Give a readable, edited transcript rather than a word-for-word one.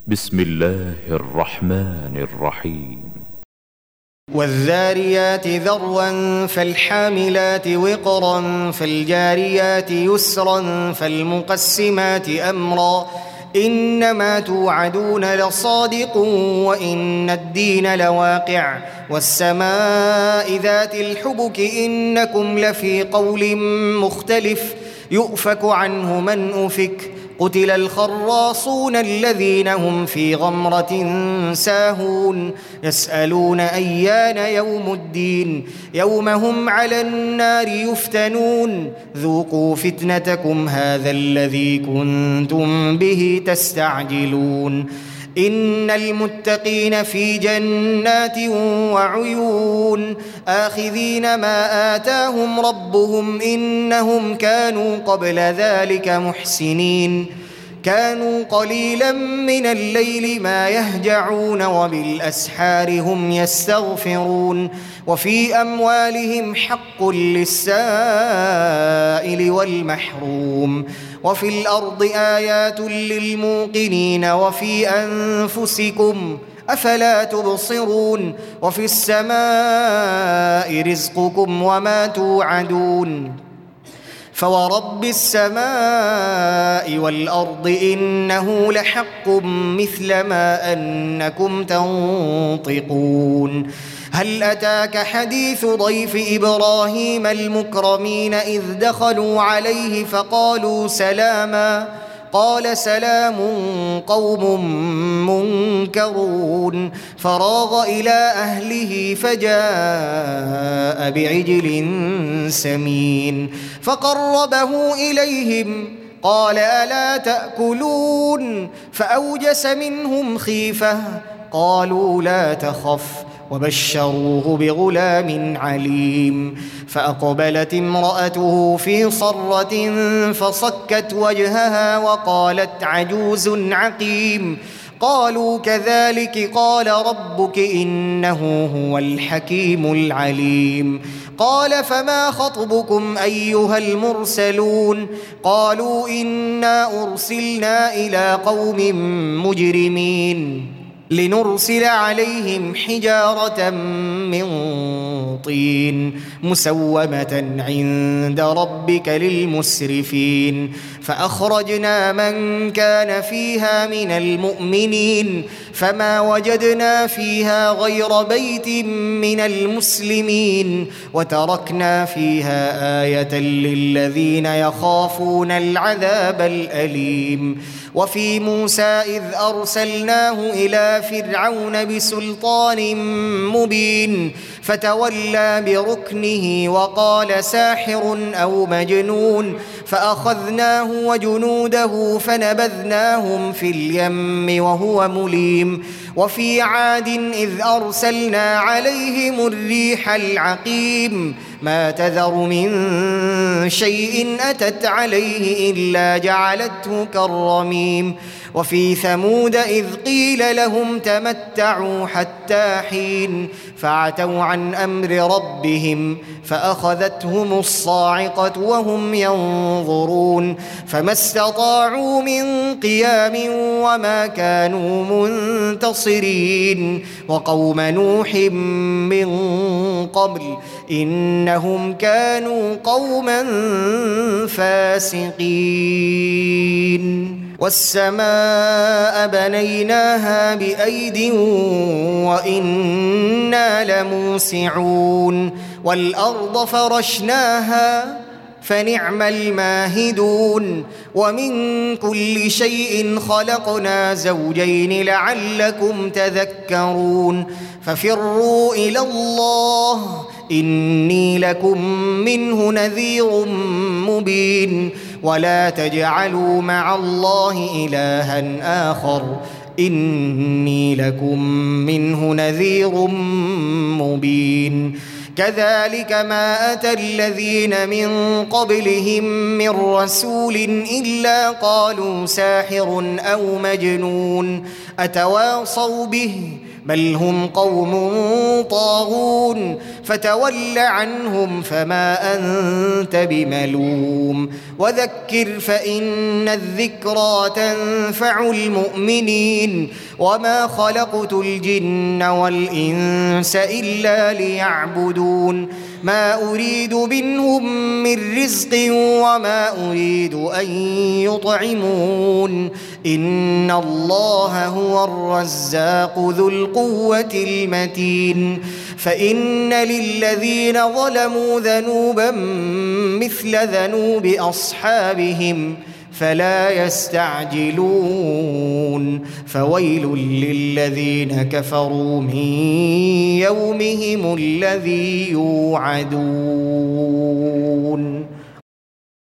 بسم الله الرحمن الرحيم. والذاريات ذروا فالحاملات وقرا فالجاريات يسرا فالمقسمات أمرا إنما توعدون لصادق وإن الدين لواقع والسماء ذات الحبك إنكم لفي قول مختلف يؤفك عنه من أفك قتل الخراصون الذين هم في غمرة ساهون يسألون أيان يوم الدين يوم هم على النار يفتنون ذوقوا فتنتكم هذا الذي كنتم به تستعجلون إن المتقين في جنات وعيون آخذين ما آتاهم ربهم إنهم كانوا قبل ذلك محسنين كانوا قليلا من الليل ما يهجعون وبالأسحار هم يستغفرون وفي أموالهم حق للسائل والمحروم وفي الأرض آيات للموقنين وفي أنفسكم أفلا تبصرون وفي السماء رزقكم وما توعدون فورب السماء والأرض إنه لحق مثل ما أنكم تنطقون هل أتاك حديث ضيف إبراهيم المكرمين إذ دخلوا عليه فقالوا سلاما قال سلام قوم منكرون فراغ إلى أهله فجاء بعجل سمين فقربه إليهم قال ألا تأكلون فأوجس منهم خيفة قالوا لا تخف وبشروه بغلام عليم فأقبلت امرأته في صرة فصكت وجهها وقالت عجوز عقيم قالوا كذلك قال ربك إنه هو الحكيم العليم قال فما خطبكم أيها المرسلون قالوا إنا أرسلنا إلى قوم مجرمين لنرسل عليهم حجارة من طين مسومة عند ربك للمسرفين فأخرجنا من كان فيها من المؤمنين فما وجدنا فيها غير بيت من المسلمين وتركنا فيها آية للذين يخافون العذاب الأليم وفي موسى إذ أرسلناه إلى فرعون بسلطان مبين فتولى بركنه وقال ساحر أو مجنون فأخذناه وجنوده فنبذناهم في اليم وهو مليم وفي عاد إذ أرسلنا عليهم الريح العقيم ما تذر من شيء أتت عليه إلا جعلته كالرميم وفي ثمود إذ قيل لهم تمتعوا حتى حين فعتوا عن أمر ربهم فأخذتهم الصاعقة وهم ينظرون فما استطاعوا من قيام وما كانوا منتصرين وقوم نوح من قبل إنهم كانوا قوما فاسقين والسماء بنيناها بأيد وإنا لموسعون والأرض فرشناها فنعم الماهدون ومن كل شيء خلقنا زوجين لعلكم تذكرون ففروا إلى الله إني لكم منه نذير مبين ولا تجعلوا مع الله إلها آخر إني لكم منه نذير مبين كذلك ما أتى الذين من قبلهم من رسول إلا قالوا ساحر أو مجنون أتواصوا به بل هم قوم طاغون فتول عنهم فما أنت بملوم وذكر فإن الذكرى تنفع المؤمنين وما خلقت الجن والإنس إلا ليعبدون ما أريد منهم من رزق وما أريد أن يطعمون إن الله هو الرزاق ذو القوة المتين فإن للذين ظلموا ذنوبا مثل ذنوب أصحابهم فلا يستعجلون فويل للذين كفروا من يومهم الذي يوعدون